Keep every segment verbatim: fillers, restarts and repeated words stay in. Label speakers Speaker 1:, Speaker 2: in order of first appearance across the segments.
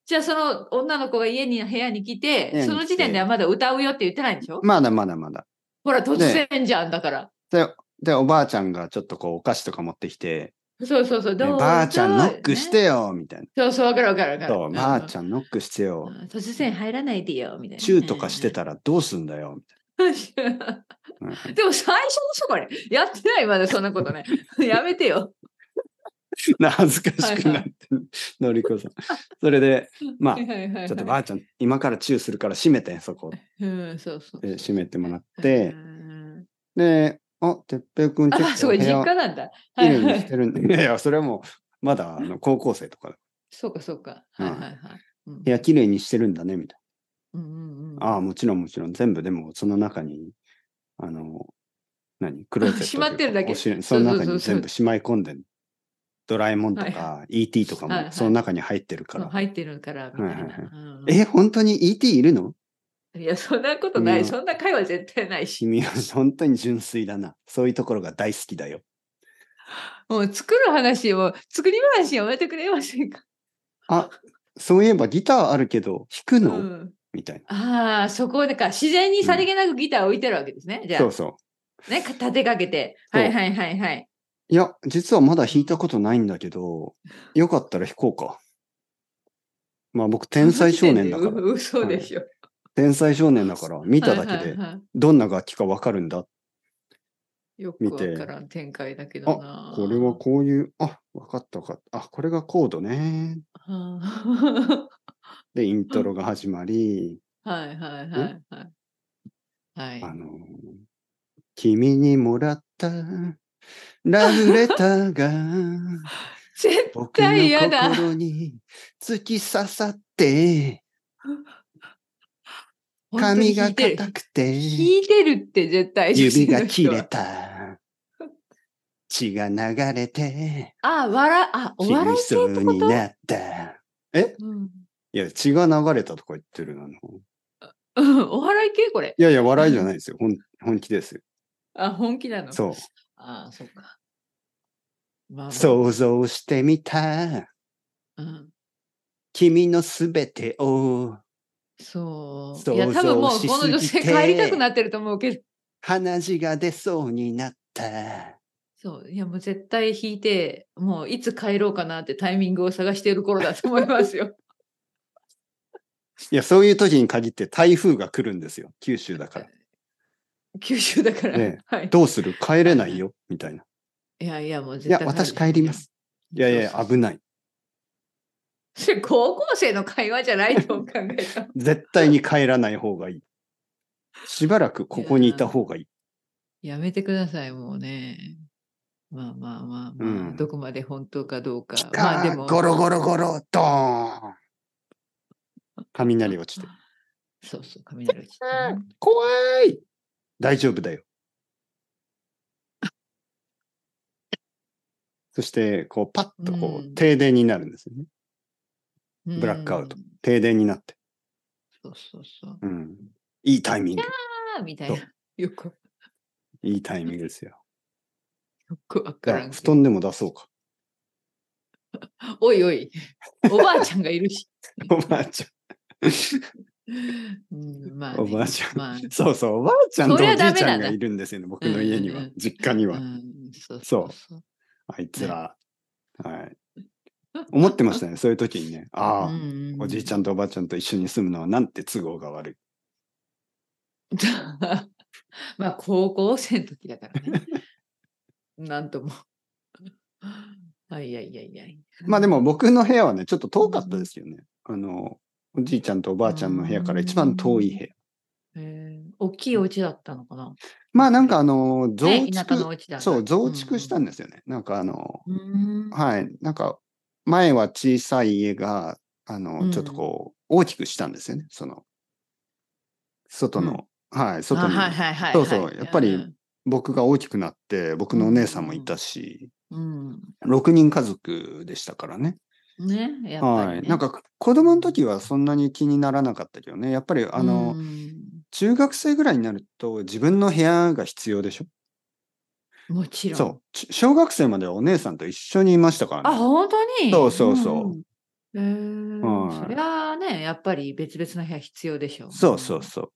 Speaker 1: じゃあその女の子が家に部屋に来て、その時点ではまだ歌うよって言ってないんでしょ？
Speaker 2: まだまだまだ。
Speaker 1: ほら、突然じゃんだから。
Speaker 2: で、で、おばあちゃんがちょっとこうお菓子とか持ってきて、
Speaker 1: そうそうそう、どうぞ、
Speaker 2: ね、ばあちゃんノックしてよ、みたいな。
Speaker 1: そうそう、わかるわかるわかる。
Speaker 2: そう、ばあちゃんノックしてよ。
Speaker 1: 突然入らないでよ、みたいな。
Speaker 2: チューとかしてたらどうすんだよ、みたいな。
Speaker 1: でも最初のそこね、やってないまでそんなことね。やめてよ。
Speaker 2: 恥ずかしくなってる、のりこさん。それで、まあ、ちょっとばあちゃん、今からチューするから閉めて、そこ。
Speaker 1: うん、そうそう。
Speaker 2: で、閉めてもらって、で、あ、てっぺいくん結構部屋、
Speaker 1: あ、そう、実家なんだ。
Speaker 2: 綺麗にしてるんで。いやいや、それはもう、まだあの高校生とか。
Speaker 1: そうか、そうか。はいはいはい。
Speaker 2: 部屋綺麗にしてるんだね、みたい
Speaker 1: な。うんうんうん。
Speaker 2: ああ、もちろんもちろん。全部でも、その中に、あの、何クローゼット
Speaker 1: しまってるだけ。
Speaker 2: その中に全部しまい込んでる。ドラえもんとか イーティー とかもその中に入ってるから。
Speaker 1: 入ってるから、みたいな。
Speaker 2: え、本当に イーティー いるの？
Speaker 1: いや、そんなことない。そんな会話絶対ないし。
Speaker 2: 君は本当に純粋だな。そういうところが大好きだよ。
Speaker 1: もう作る話を、作り話やめてくれませんか？
Speaker 2: あ、そういえばギターあるけど、弾くの、うん、みたい
Speaker 1: な。ああ、そこでか、自然にさりげなくギターを置いてるわけですね。うん、じゃあ。
Speaker 2: そうそう。
Speaker 1: ね、立てかけて。はいはいはいはい。
Speaker 2: いや、実はまだ弾いたことないんだけど、よかったら弾こうか。まあ僕、天才少年だから。
Speaker 1: 嘘でしょ、はい。
Speaker 2: 天才少年だから、見ただけで、どんな楽器かわかるんだ。
Speaker 1: よくわからん展開だけどな。
Speaker 2: あ、これはこういう、あ、わかったわかった。あ、これがコードね。で、イントロが始まり。
Speaker 1: はいはいはいはい。はい。
Speaker 2: あの、君にもらったラブレターが
Speaker 1: 絶対嫌だ。
Speaker 2: 僕の心に突き刺さって髪が硬くて
Speaker 1: 弾いてるって絶対
Speaker 2: 指が切れた血が流れて
Speaker 1: あ、笑あ、お笑い系ってこと？
Speaker 2: になった。え、うん、いや、血が流れたとか言ってるな
Speaker 1: の。お笑い系これ。
Speaker 2: いやいや、笑いじゃないですよ。本本気ですよ。
Speaker 1: あ、本気なの？
Speaker 2: そう。
Speaker 1: ああ、そうか。まあまあ、
Speaker 2: 想像してみた。うん、君のすべてを。
Speaker 1: そう。いや、多分もうこの女性帰りたくなってると思うけど。
Speaker 2: 鼻血が出そうになった。
Speaker 1: そう。いや、もう絶対弾いて、もういつ帰ろうかなってタイミングを探している頃だと思いますよ。
Speaker 2: いや、そういう時に限って台風が来るんですよ。九州だから。
Speaker 1: 九州だから。
Speaker 2: ね、はい、どうする？帰れないよ、みたいな。
Speaker 1: いやいや、もう絶
Speaker 2: 対。いや、私帰ります。いやいや、危ない。
Speaker 1: それ高校生の会話じゃないと考えた。
Speaker 2: 絶対に帰らない方がいい。しばらくここにいた方がいい。
Speaker 1: やめてください、もうね。まあまあまあまあ、うん、どこまで本当かどうか。まあでも。
Speaker 2: ゴロゴロゴロ、ドーン。雷落ちて。
Speaker 1: そうそう、雷落ちて、ね。
Speaker 2: 怖い。大丈夫だよ。そして、こう、パッとこう、停電になるんですよね。ブラックアウト。停電になって。
Speaker 1: そうそうそう。
Speaker 2: うん。いいタイミング。
Speaker 1: みたいな。よく。
Speaker 2: いいタイミングですよ。
Speaker 1: よくわからん。
Speaker 2: 布団でも出そうか。
Speaker 1: おいおい。おばあちゃんがいるし。
Speaker 2: おばあちゃん。
Speaker 1: うんまあね、
Speaker 2: おばあちゃん、
Speaker 1: まあ、
Speaker 2: そうそう、おばあちゃんとおじいちゃんがいるんですよね、僕の家には、実家には。そうそうそう。あいつら、はい。思ってましたね、そういう時にね。ああ、おじいちゃんとおばあちゃんと一緒に住むのはなんて都合が悪い。
Speaker 1: まあ、高校生の時だからね。なんとも。はいやいやいや。
Speaker 2: まあでも僕の部屋はね、ちょっと遠かったですよね。あの、おじいちゃんとおばあちゃんの部屋から一番遠い部屋。
Speaker 1: へ大きいお家だったのかな。
Speaker 2: まあなんかあの、増築、
Speaker 1: ね、田舎のお家だ
Speaker 2: そう、増築したんですよね。なんかあの、はい、なんか前は小さい家が、あの、ちょっとこう、大きくしたんですよね。その、外の、うん、はい、外に。はいはいはい、そうそう、やっぱり僕が大きくなって、僕のお姉さんもいたし、うん、ろくにん家族でしたからね。
Speaker 1: ね、やっぱり、ね。
Speaker 2: はい。なんか子供の時はそんなに気にならなかったけどね。やっぱりあの、中学生ぐらいになると自分の部屋が必要でしょ？
Speaker 1: もちろん。
Speaker 2: そう。小学生まではお姉さんと一緒にいましたからね。
Speaker 1: あ、本当に？
Speaker 2: そうそうそう。
Speaker 1: へえ、そ
Speaker 2: はい。
Speaker 1: りゃあね、やっぱり別々の部屋必要でしょう。
Speaker 2: そうそうそう。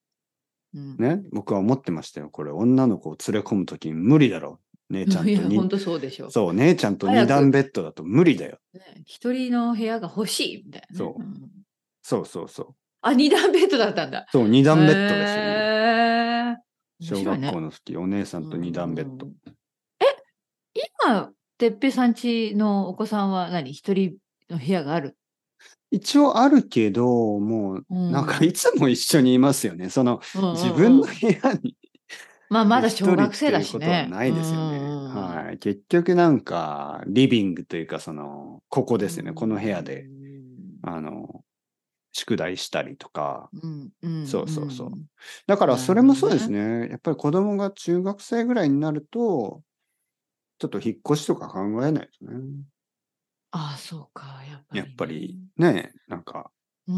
Speaker 1: うん。
Speaker 2: ね、僕は思ってましたよ。これ女の子を連れ込むときに無理だろ。姉ちゃ
Speaker 1: うん。いや、ほ
Speaker 2: んとに、
Speaker 1: んとそうでしょう。
Speaker 2: そう、姉ちゃんと二
Speaker 1: 早く、
Speaker 2: 段ベッドだと無理だよ。
Speaker 1: ね、一人の部屋が欲しいみたいなね。
Speaker 2: そう。
Speaker 1: うん。
Speaker 2: そうそうそう。
Speaker 1: あ、二段ベッドだったんだ。
Speaker 2: そう、二
Speaker 1: へ
Speaker 2: 段ベッドですよね。
Speaker 1: え。面
Speaker 2: 小学校
Speaker 1: 白いね。
Speaker 2: の時、お姉さ
Speaker 1: う
Speaker 2: んと二段ベッド。
Speaker 1: ん。今、てっぺいさんちのお子さんは何、一人の部屋がある？
Speaker 2: 一応あるけど、もう、
Speaker 1: う
Speaker 2: なんかい
Speaker 1: ん。
Speaker 2: つも一緒にいますよね。その、
Speaker 1: うんう
Speaker 2: 自分の部
Speaker 1: んうん。
Speaker 2: 屋に
Speaker 1: まあ、まだ小
Speaker 2: 一人っ
Speaker 1: 学生だ
Speaker 2: ていうことは
Speaker 1: しね。
Speaker 2: ない
Speaker 1: うん
Speaker 2: ですよね。
Speaker 1: うんうん。
Speaker 2: はい。結局なんか、リビングというか、その、ここ
Speaker 1: う
Speaker 2: ですよね。この部屋で、
Speaker 1: ん。
Speaker 2: あの、宿題したりとか、
Speaker 1: うんうん
Speaker 2: そう
Speaker 1: う
Speaker 2: そうそう。
Speaker 1: ん。
Speaker 2: だから
Speaker 1: なる
Speaker 2: それもそうです
Speaker 1: ほどね。
Speaker 2: ね。やっぱり子供が中学生ぐらいになると、ちょっと引っ越しとか考えないですね。
Speaker 1: ああ、そうか、やっぱ
Speaker 2: やっ
Speaker 1: りね。
Speaker 2: ぱりね、なんか、
Speaker 1: うん。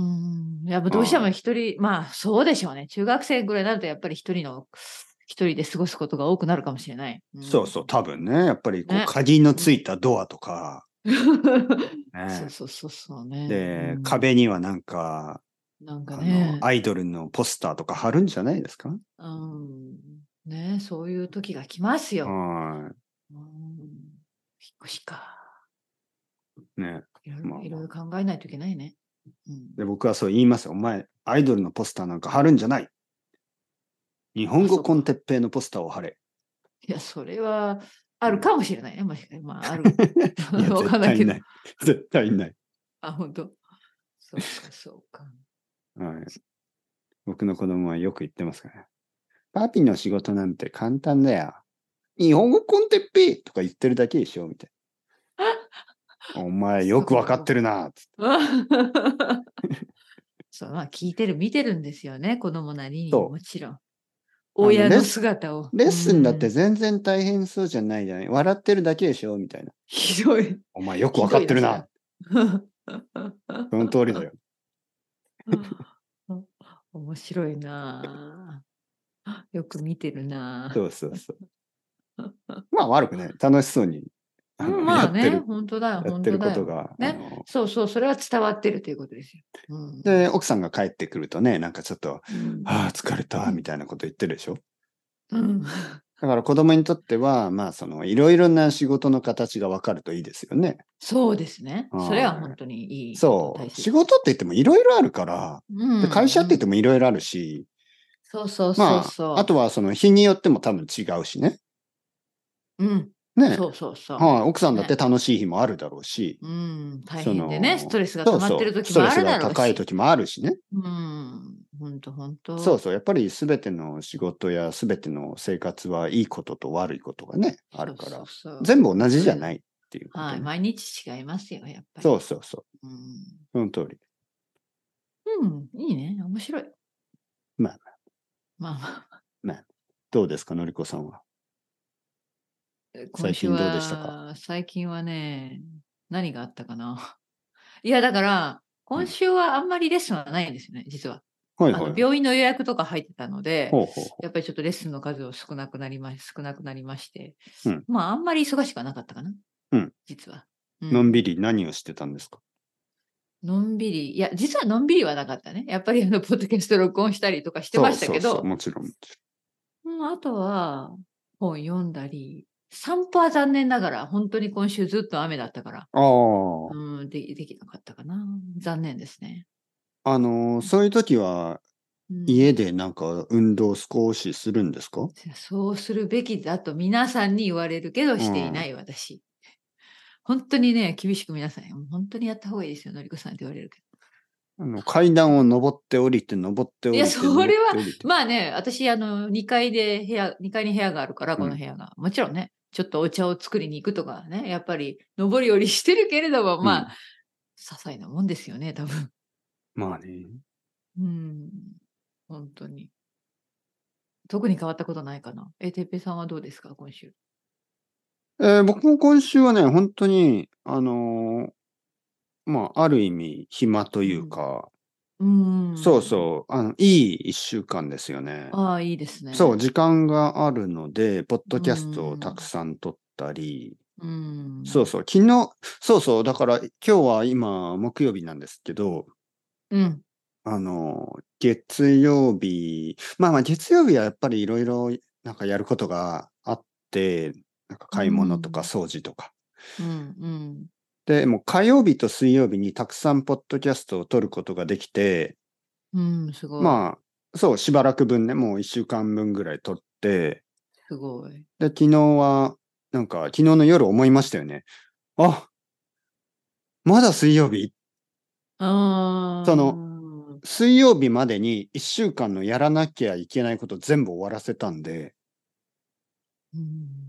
Speaker 1: やっぱどうしても
Speaker 2: はい。
Speaker 1: 一人、まあ、そうでしょうね。中学生ぐらいになるとやっぱり一人の一人で過ごすことが多くなるかもしれない。うん。
Speaker 2: そうそう、多分ね、やっぱりこう
Speaker 1: ね。
Speaker 2: 鍵の
Speaker 1: うん。
Speaker 2: ついたドアとか、
Speaker 1: そう
Speaker 2: ね。
Speaker 1: そうそうそうね。う
Speaker 2: で、
Speaker 1: ん。
Speaker 2: 壁にはなんか、
Speaker 1: なんか
Speaker 2: あの、
Speaker 1: ね、
Speaker 2: アイドルのポスターとか貼るんじゃないですか？
Speaker 1: うん。ね、そういう時が来ますよ。
Speaker 2: は
Speaker 1: うん。引っ越しか。
Speaker 2: い。ね。
Speaker 1: いろいろ
Speaker 2: まあまあ。
Speaker 1: いろいろ考えないといけないね。うん。
Speaker 2: で、僕はそう言いますよ。お前、アイドルのポスターなんか貼るんじゃない。日本
Speaker 1: あ、
Speaker 2: 語コン
Speaker 1: そうか。
Speaker 2: テッペイのポスターを貼れ。
Speaker 1: いや、それはある
Speaker 2: うん。
Speaker 1: かもしれないね。もしかまあ、ある。
Speaker 2: いや、
Speaker 1: わ
Speaker 2: 絶
Speaker 1: かんないけど。
Speaker 2: 対ない。絶対ない。
Speaker 1: あ、本当。そうかそうか。
Speaker 2: はい。僕の子供はよく言ってますからね。パピの仕事なんて簡単だよ。日本語コンテッペイとか言ってるだけでしょみたいな。お前よくわかっ
Speaker 1: そう。
Speaker 2: てるな。つって。
Speaker 1: そう、まあ、聞いてる、見てるんですよね、子供なりに、
Speaker 2: そう。
Speaker 1: もちろん。
Speaker 2: あの、
Speaker 1: 親の
Speaker 2: レッス
Speaker 1: 姿を。
Speaker 2: レッ
Speaker 1: う
Speaker 2: スンだって
Speaker 1: ん。
Speaker 2: 全然大変そうじゃないじゃない。笑ってるだけでしょみたいな。
Speaker 1: ひどい。
Speaker 2: お前よくわか
Speaker 1: ひどいな、それは。
Speaker 2: ってるな。その通りだよ。
Speaker 1: 面白いなあ。よく見てるな
Speaker 2: そうそうそう。まあ悪くね、楽しそうに、
Speaker 1: あ。うん、
Speaker 2: あの、
Speaker 1: まあね、
Speaker 2: やってる、
Speaker 1: ほんとだよ
Speaker 2: やってる
Speaker 1: ほんとだよ。
Speaker 2: ことが、あ
Speaker 1: ね、
Speaker 2: の、
Speaker 1: そうそう、それは伝わってるということですよ。うん。
Speaker 2: で、奥さんが帰ってくるとね、なんかちょっと、
Speaker 1: うん。
Speaker 2: ああ、疲れた、みたいなこと言ってるでしょ。
Speaker 1: うん。
Speaker 2: だから子供にとっては、まあ、その、いろいろな仕事の形がわかるといいですよね。
Speaker 1: そうですね。それはほ
Speaker 2: はい。
Speaker 1: んとにいいこと、
Speaker 2: そう。仕
Speaker 1: 大切。
Speaker 2: 事って言ってもいろいろあるから、
Speaker 1: う
Speaker 2: で、会社って言って
Speaker 1: んうん。
Speaker 2: もいろいろあるし、
Speaker 1: そうそうそう
Speaker 2: まあ、あ
Speaker 1: そ
Speaker 2: とはその日によっても多分違うしね。
Speaker 1: う。うん。
Speaker 2: ね。
Speaker 1: そうそうそ
Speaker 2: はい。奥さん
Speaker 1: う。
Speaker 2: だって
Speaker 1: ね。
Speaker 2: 楽しい日もあるだろうし、
Speaker 1: うん、大
Speaker 2: そ
Speaker 1: 変でね、スト
Speaker 2: の、
Speaker 1: レスが溜まってる
Speaker 2: そうそう、ス
Speaker 1: 時もある
Speaker 2: トレスが
Speaker 1: だろうし。
Speaker 2: 高い時もあるしね。
Speaker 1: うん、ほんとほんと。
Speaker 2: そうそう、やっぱりすべての仕事やすべての生活はいいことと悪いことがね、あ
Speaker 1: そうそう
Speaker 2: るから、
Speaker 1: そう。
Speaker 2: 全部同じ
Speaker 1: それ
Speaker 2: じゃないっていうこと
Speaker 1: はい、
Speaker 2: ね。
Speaker 1: 毎日違いますよ、やっぱり。
Speaker 2: そうそうそう。
Speaker 1: うん。
Speaker 2: その通り。
Speaker 1: うん、いいね、面白い。
Speaker 2: まあ
Speaker 1: まあまあ、
Speaker 2: まあ、どうですか、のりこさんは。
Speaker 1: え、今週
Speaker 2: 最近どうでしたか？
Speaker 1: は最近はね、何があったかな。いや、だから、
Speaker 2: うん。
Speaker 1: 今週はあんまりレッスンはないんですよね、実は。あの、
Speaker 2: はいはいはい。
Speaker 1: 病院の予約とか入ってたので、
Speaker 2: ほうほうほ
Speaker 1: やっぱりちょっとレッスンの数を少なくなりま少なくなりまして、
Speaker 2: う。うん。
Speaker 1: まあ、あんまり忙しくはなかったかな、
Speaker 2: うん。
Speaker 1: 実は。う
Speaker 2: のんび
Speaker 1: ん。
Speaker 2: り何をしてたんですか？
Speaker 1: のんびり、いや、実はのんびりはなかったね。やっぱりあの、ポッドキャスト録音したりとかしてま
Speaker 2: そうそうそう、
Speaker 1: したけど、
Speaker 2: もちろんもち
Speaker 1: うん、あとは本読んだり、散歩は残念ながら、ほんとに今週ずっと雨だったから、
Speaker 2: ろん。ああ。
Speaker 1: うん、でできなかったかな。残念ですね。
Speaker 2: あの、そういう時は、
Speaker 1: うん。
Speaker 2: 家でなんか運動少しするんですか？
Speaker 1: そうするべきだと皆さんに言われるけど、
Speaker 2: うん。
Speaker 1: していない私。ほんとにね、厳しく皆さん、もうほんとにやった方がいいですよ、のりこさんって言われるけど。
Speaker 2: あの、階段を登って降りて、登って
Speaker 1: いや、
Speaker 2: 降りて、登っ
Speaker 1: それは、
Speaker 2: て降りて。
Speaker 1: まあね、私あの、にかいで部屋にかいに部屋があるから、
Speaker 2: うん。
Speaker 1: この部屋が。もちろんね、ちょっとお茶を作りに行くとかね、やっぱり上り下りしてるけれども、まあ、
Speaker 2: うん。
Speaker 1: 些細なもんですよね、多分。
Speaker 2: まあね。
Speaker 1: うん、ほんとに。特に変わったことないかな。え、てっぺいさんはどうですか？今週。
Speaker 2: えー僕も今週はね、本当に、あの、まあ、ある意味暇という
Speaker 1: うん。
Speaker 2: か、
Speaker 1: うーん。
Speaker 2: そうそう、あの、いいいっしゅうかんですよね。
Speaker 1: ああ、いいです
Speaker 2: そう、
Speaker 1: ね。
Speaker 2: 時間があるので、ポッ
Speaker 1: うー
Speaker 2: ドキャストをたく
Speaker 1: ん。
Speaker 2: さん撮ったり、
Speaker 1: うん。
Speaker 2: そうそう、昨日、そうそう、だから今日は今、木曜日なんですけど、
Speaker 1: うん。
Speaker 2: あの、月曜日、まあまあ月曜日はやっぱりいろいろなんかやることがあって、なんか
Speaker 1: う
Speaker 2: 買い物とか
Speaker 1: ん。
Speaker 2: 掃除とか。
Speaker 1: うん。うん。
Speaker 2: で、もう火曜日と水曜日にたくさんポッドキャストを撮ることができて、
Speaker 1: うん、すごい。
Speaker 2: まあ、そう、しばらく分ね、もういっしゅうかんぶんぐらい撮って、
Speaker 1: すごい。
Speaker 2: で、昨日は、なんか昨日の夜思いましたよね。あ、まだ水曜日その、
Speaker 1: ああ。
Speaker 2: 水曜日までにいっしゅうかんのやらなきゃいけないこと全部終わらせたんで、
Speaker 1: うん。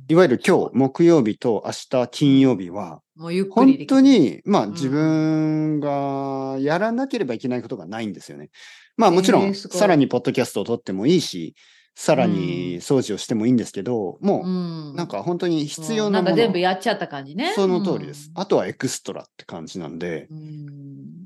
Speaker 2: いわゆる今日、
Speaker 1: すごい。
Speaker 2: 木曜日と明日、金曜
Speaker 1: うん。
Speaker 2: 日は、
Speaker 1: もうゆっくり
Speaker 2: 本
Speaker 1: できる。
Speaker 2: 当に、まあ自
Speaker 1: うん。
Speaker 2: 分がやらなければいけないことがないんですよね。まあもちろ
Speaker 1: ええ、
Speaker 2: ん、
Speaker 1: すごい。
Speaker 2: さらにポッドキャストを撮ってもいいし、さ
Speaker 1: う
Speaker 2: らに
Speaker 1: ん。
Speaker 2: 掃除をしてもいいんですけど、
Speaker 1: う
Speaker 2: もう、なん
Speaker 1: ん。
Speaker 2: か本当に必
Speaker 1: もうなんか
Speaker 2: 要なもの、
Speaker 1: 全部やっちゃった感じね。
Speaker 2: そ
Speaker 1: う
Speaker 2: の通りです。
Speaker 1: ん。
Speaker 2: あとはエクストラって感じなんで、
Speaker 1: うん。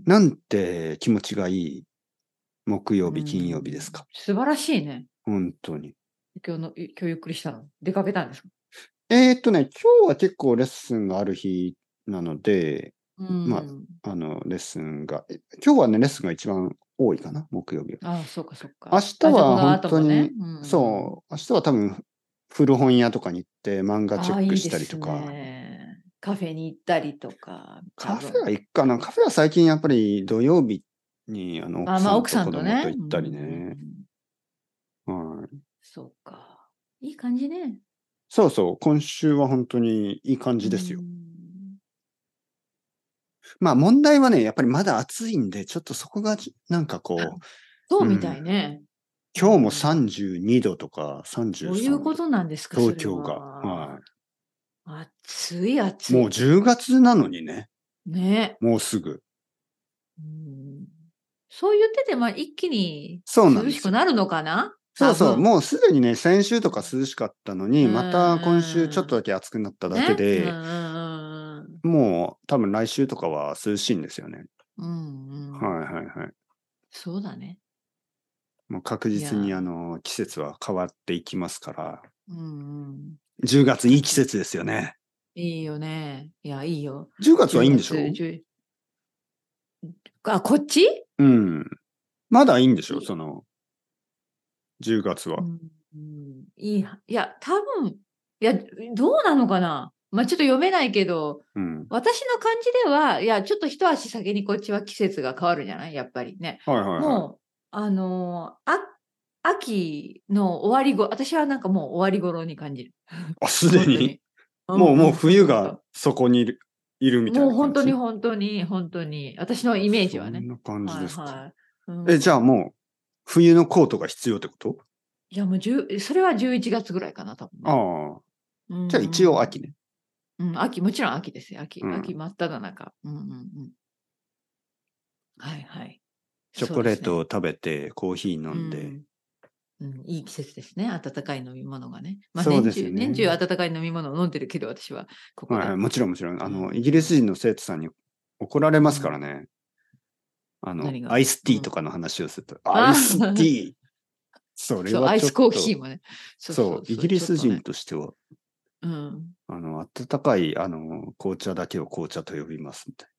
Speaker 2: なんて気持ちがいい木曜
Speaker 1: う
Speaker 2: 日、金曜日で
Speaker 1: ん。
Speaker 2: すか。
Speaker 1: 素晴らしいね。
Speaker 2: 本当に。
Speaker 1: 今日の、今日ゆっくりしたの。出かけたんですか？
Speaker 2: えーっとね、今日は結構レッスンがある日なので、
Speaker 1: う
Speaker 2: ま
Speaker 1: ん。
Speaker 2: あ、あの、レッスンが、え今日はね、レッスンが一番多いかな、木曜日は。
Speaker 1: ああ、そっかそっ
Speaker 2: 明
Speaker 1: か。あ、じゃあこ
Speaker 2: 日は本
Speaker 1: の後もね。
Speaker 2: 当に、
Speaker 1: うん。
Speaker 2: そう、明日は多分、古本屋とかに行って漫画チ
Speaker 1: ああ、
Speaker 2: ェックしたり
Speaker 1: いいです
Speaker 2: とか、
Speaker 1: ね。カフェに行ったりとか、多
Speaker 2: カフェ
Speaker 1: 分。
Speaker 2: は行くかな。カフェは最近やっぱり土曜日にあの
Speaker 1: あ、
Speaker 2: 奥
Speaker 1: まあ、奥
Speaker 2: さんと子
Speaker 1: さんとね。
Speaker 2: 供と行ったり
Speaker 1: うん。
Speaker 2: ね。はい。
Speaker 1: そうか。いい感じね。
Speaker 2: そうそう、今週は本当にいい感
Speaker 1: う
Speaker 2: じですよ。
Speaker 1: ん。
Speaker 2: まあ問題はね、やっぱりまだ暑いんで、ちょっとそこがちなんかこう、
Speaker 1: そうみた
Speaker 2: うん、
Speaker 1: いね。う
Speaker 2: 今日も
Speaker 1: ん。
Speaker 2: さんじゅうにどとか
Speaker 1: どういう
Speaker 2: さんじゅうさんど、
Speaker 1: ことなんですか、それ
Speaker 2: 東京が。
Speaker 1: は。
Speaker 2: は
Speaker 1: 暑い
Speaker 2: い。もう
Speaker 1: 暑い。
Speaker 2: じゅうがつなのにね、
Speaker 1: ね。
Speaker 2: もうすぐ。
Speaker 1: うん。そう言ってて、まあ、一気に
Speaker 2: そうなんですよ。
Speaker 1: 涼しくなるのかな？
Speaker 2: そうそう、
Speaker 1: 多分。
Speaker 2: もうすでにね、先週とか涼しかったの
Speaker 1: う
Speaker 2: に、また今週ちょっと
Speaker 1: ん。
Speaker 2: だけ暑くなっただけ
Speaker 1: ね。うんう
Speaker 2: で、
Speaker 1: んうん。
Speaker 2: もう多分来週とかは涼しいんですよね。
Speaker 1: うんう
Speaker 2: はい
Speaker 1: ん。
Speaker 2: はいはい。
Speaker 1: そうだね。
Speaker 2: もう確実にあ
Speaker 1: いや、
Speaker 2: の、季節は変わっていきますから、
Speaker 1: うんうん。
Speaker 2: じゅうがついい季
Speaker 1: 確か
Speaker 2: 節ですよね。
Speaker 1: いいよね。いや、いいよ。
Speaker 2: じゅうがつは
Speaker 1: 10
Speaker 2: いいんでしょ
Speaker 1: 月、じゅうあ、こっち？
Speaker 2: うん。まだいいんでしょ
Speaker 1: い
Speaker 2: その、じゅうがつは。
Speaker 1: うん、うん、いいはいや、多分、いや、どうなのかな。ま、ちょっと読めないけど、
Speaker 2: うん。
Speaker 1: 私の感じでは、いや、ちょっと一足先にこっちは季節が変わるじゃない、やっぱりね。
Speaker 2: はいはいはい。
Speaker 1: もう、あの、あ秋の終わりご私はなんかもう終わり頃に感じる。
Speaker 2: あ、すでに
Speaker 1: ほんとに。う
Speaker 2: もうもう
Speaker 1: んうん、ほん
Speaker 2: 冬が
Speaker 1: とほんと。
Speaker 2: そこにいるいるみたい
Speaker 1: もうほんとに
Speaker 2: な感じ？
Speaker 1: ほんとにほんとに、私の
Speaker 2: あ、
Speaker 1: イメージはね。
Speaker 2: そんな感じですか。
Speaker 1: はいはい。う
Speaker 2: え、じゃあ
Speaker 1: ん。
Speaker 2: もう、冬のコートが必要ってこと？
Speaker 1: いや、もうじゅうそれはじゅういちがつぐらいかな、多分ね。
Speaker 2: ああ、
Speaker 1: う
Speaker 2: じゃあ一
Speaker 1: んうん。
Speaker 2: 応秋ね。
Speaker 1: うん、秋、もちろん秋ですよ。秋
Speaker 2: うん。
Speaker 1: 秋真っ只中。うんうんうん。はいはい。
Speaker 2: チョコレー
Speaker 1: そうですね。
Speaker 2: トを食べて、コーヒー飲んで。
Speaker 1: うん。うん、いい季節ですね。温かい飲み物がね。ま、
Speaker 2: そうですよ
Speaker 1: 年中年中
Speaker 2: ね。
Speaker 1: 温かい飲み物を飲んでるけど、私はここ
Speaker 2: はいはい、
Speaker 1: で。
Speaker 2: もちろんもちろん。あ
Speaker 1: う
Speaker 2: の、イギリス
Speaker 1: ん。
Speaker 2: 人の生徒さんに怒られますか
Speaker 1: うん。
Speaker 2: らね。あの、
Speaker 1: 何が？
Speaker 2: アイステ
Speaker 1: うん。
Speaker 2: ィーとかの話をすると、アイ
Speaker 1: あ
Speaker 2: スティ
Speaker 1: あ、
Speaker 2: ー、それ
Speaker 1: そう、
Speaker 2: はちょ
Speaker 1: アイスコーヒ
Speaker 2: っと、
Speaker 1: ーもね。そうそ
Speaker 2: そう、イ
Speaker 1: うそう、
Speaker 2: ギリス人
Speaker 1: ちょっとね。
Speaker 2: としては、
Speaker 1: うん。
Speaker 2: あの、温かい、あの、紅茶だけを紅茶と呼びますみたい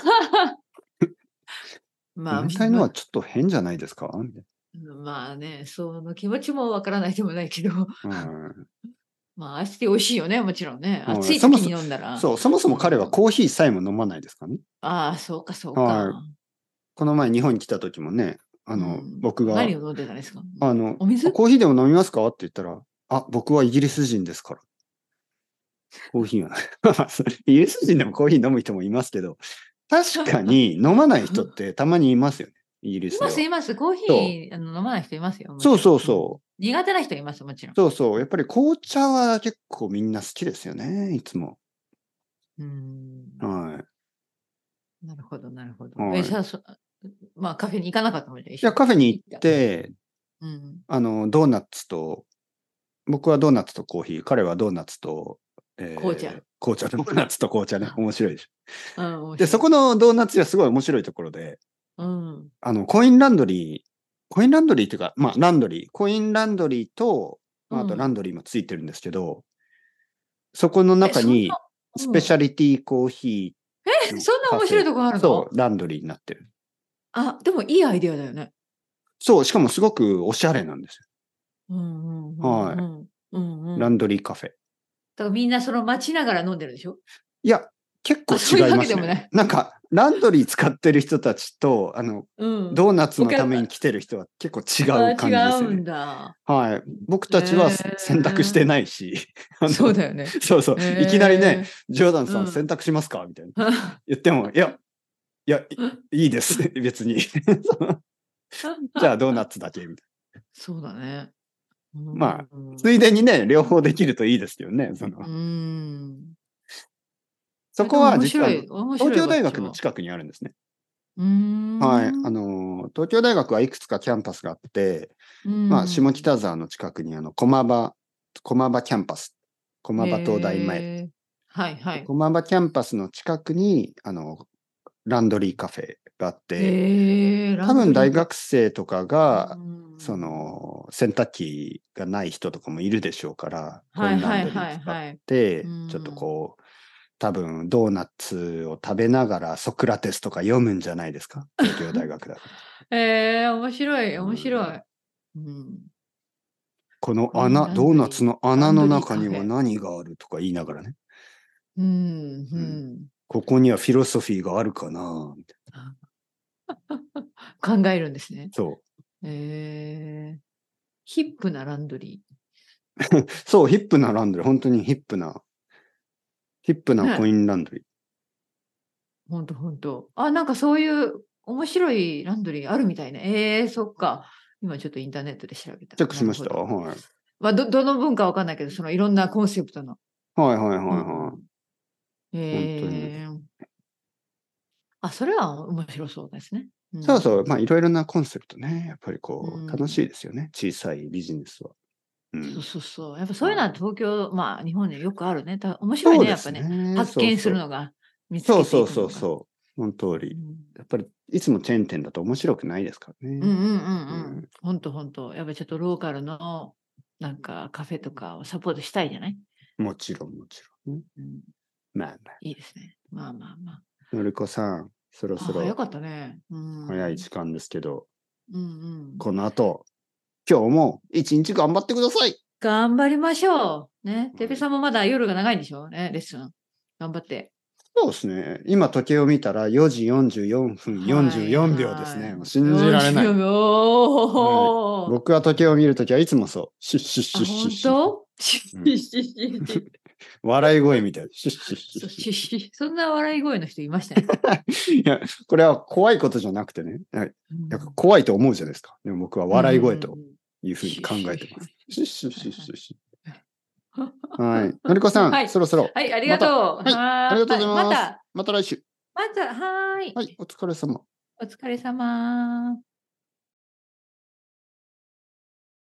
Speaker 2: な。
Speaker 1: まあ、
Speaker 2: 冷たいのは
Speaker 1: みま
Speaker 2: ちょっと変じゃないですか？みたい
Speaker 1: まあね、その気持ちもわからないでもないけど、
Speaker 2: な。はい。
Speaker 1: まあ、アイスティー美味しいよね、もちろんね。
Speaker 2: はい。
Speaker 1: 暑い
Speaker 2: そもそ
Speaker 1: 時に飲んだら、
Speaker 2: そう、そもそ
Speaker 1: う
Speaker 2: も彼は
Speaker 1: ん。
Speaker 2: コーヒーさえも飲まないですからね。
Speaker 1: ああ、そうかそう
Speaker 2: はい。
Speaker 1: か。
Speaker 2: この前日本に来た時もね、あの、
Speaker 1: うん。
Speaker 2: 僕が、
Speaker 1: 何を飲んでたんですか？うん。
Speaker 2: あの、あ、
Speaker 1: お水？
Speaker 2: コーヒーでも飲みますかって言ったら、あ、僕はイギリス人ですから。コーヒーはまあそれイギリス人でもコーヒー飲む人もいますけど、確かに飲まない人ってたまにいますよね、イギリ
Speaker 1: い
Speaker 2: スでは。
Speaker 1: ますいます。コー
Speaker 2: そう。
Speaker 1: ヒー、あの、飲まない人いますよ、も
Speaker 2: そう
Speaker 1: ちろん。うん。
Speaker 2: そうそう。
Speaker 1: 苦手な人います、もちろん。
Speaker 2: そうそう。やっぱり紅茶は結構みんな好きですよね、いつも。
Speaker 1: うーん。
Speaker 2: はい。
Speaker 1: なるほどなるほど。え、
Speaker 2: はい。い
Speaker 1: じゃあ、そまあ、カフェに行かなかったの？じゃあ、一緒
Speaker 2: や、
Speaker 1: に。
Speaker 2: カフェに行っ
Speaker 1: 行った。
Speaker 2: て、
Speaker 1: うん。
Speaker 2: あの、ドーナツと、僕はドーナツとコーヒー、彼はドーナツと、
Speaker 1: 紅茶。
Speaker 2: えー、紅茶、ドーナツと紅茶ね。面白いでしょ。
Speaker 1: うん、面
Speaker 2: で、そ
Speaker 1: 白い。
Speaker 2: このドーナツ屋すごい面白いところで、
Speaker 1: うん。
Speaker 2: あの、コインランドリー、コインランドリーっていうか、まあ、ランドリー、コインランドリーと、まあ、あとラン
Speaker 1: うん。
Speaker 2: ドリーもついてるんですけど、そこの
Speaker 1: え、そんな
Speaker 2: 中に、 スペシャリティコーヒー。
Speaker 1: え、そんな面白いとこあるの？
Speaker 2: そう、ランドリーになってる。
Speaker 1: あ、でもいいアイデアだよね。
Speaker 2: そう、しかもすごくおしゃれなんです
Speaker 1: よ。うんうん
Speaker 2: はい。
Speaker 1: うんうんうん。
Speaker 2: ランドリーカフェ。
Speaker 1: だからみんなその待ちながら飲んでるでしょ？
Speaker 2: いや、結構違いますね。なんか、ランドリー使ってる人たちと、あの、うん、ドーナツのために来てる人は結構違う感じですよね。違うんだ。はい。僕たちは選択してないし。
Speaker 1: そうだよね。
Speaker 2: そうそう。いきなりね、ジョーダンさん選択しますかみたいな。言っても、いや、いや、いいです。別に。じゃあドーナツだけみたいな。そうだね。まあ、ついでにね、両方できるといいですよね。その。うんそこは実は東京大学の近くにあるんですね。はい。あの、東京大学はいくつかキャンパスがあって、まあ、下北沢の近くにあの、駒場、駒場キャンパス、駒場東大前。はいはい。駒場キャンパスの近くに、あの、ランドリーカフェがあって、多分大学生とかが、その、洗濯機がない人とかもいるでしょうから、コインランドリー使って、ちょっとこう、多分ドーナツを食べながらソクラテスとか読むんじゃないですか、東京大学だから。えー、面白い、面白い。うん、この穴、ドーナツの穴の中には何があるとか言いながらね。うん、うん、ここにはフィロソフィーがあるかなみたいな。考えるんですね。そう。えー、ヒップなランドリー。そう、ヒップなランドリー。本当にヒップな。ヒップなコインランドリー。ほんとほんと。あ、なんかそういう面白いランドリーあるみたいね。ええー、そっか。今ちょっとインターネットで調べた。チェックしました。はい。まあ、ど、どの文化わかんないけど、そのいろんなコンセプトの。はいはいはいはい。うん、ええー。あ、それは面白そうですね。うん、そうそう。まあいろいろなコンセプトね。やっぱりこう、楽しいですよね。小さいビジネスは。うん、そうそうそう。やっぱそういうのは東京、まあ日本によくあるね。面白いね、やっぱね。発見するのが、見つけていくのが。そうそうそうそう。その通り。うん、やっぱりいつもチェーン店だと面白くないですからね。うんうんうんうん。ほんとほんと。やっぱりちょっとローカルのなんかカフェとかをサポートしたいじゃない？もちろんもちろん。うん、まあまあ。いいですね。まあまあまあ。のりこさん、そろそろ。早かったね。うん、早い時間ですけど、うんうん、この後、今日も一日頑張ってください。頑張りましょう。ね。てっぺさんもまだ夜が長いんでしょうね、レッスン。頑張って。そうですね。今時計を見たらよじよんじゅうよんぷんよんじゅうよんびょうですね。もう信じられない。はい、僕は時計を見るときはいつもそう。シュッシュッシュッシュッシュッ。本当？シュッシュッシュッシュッ。笑い声みたいな。シュッシュッシュッシュッシュッ。そんな笑い声の人いましたね。いや、これは怖いことじゃなくてね。なんか怖いと思うじゃないですか。でも僕は笑い声というふうに考えてます。シュッシュッシュッシュッシュッ。はい。のりこさん、はい、そろそろ。はい、ありがとう。はい、ありがとうございます。また、また来週。また、はい。はい、お疲れ様。お疲れ様。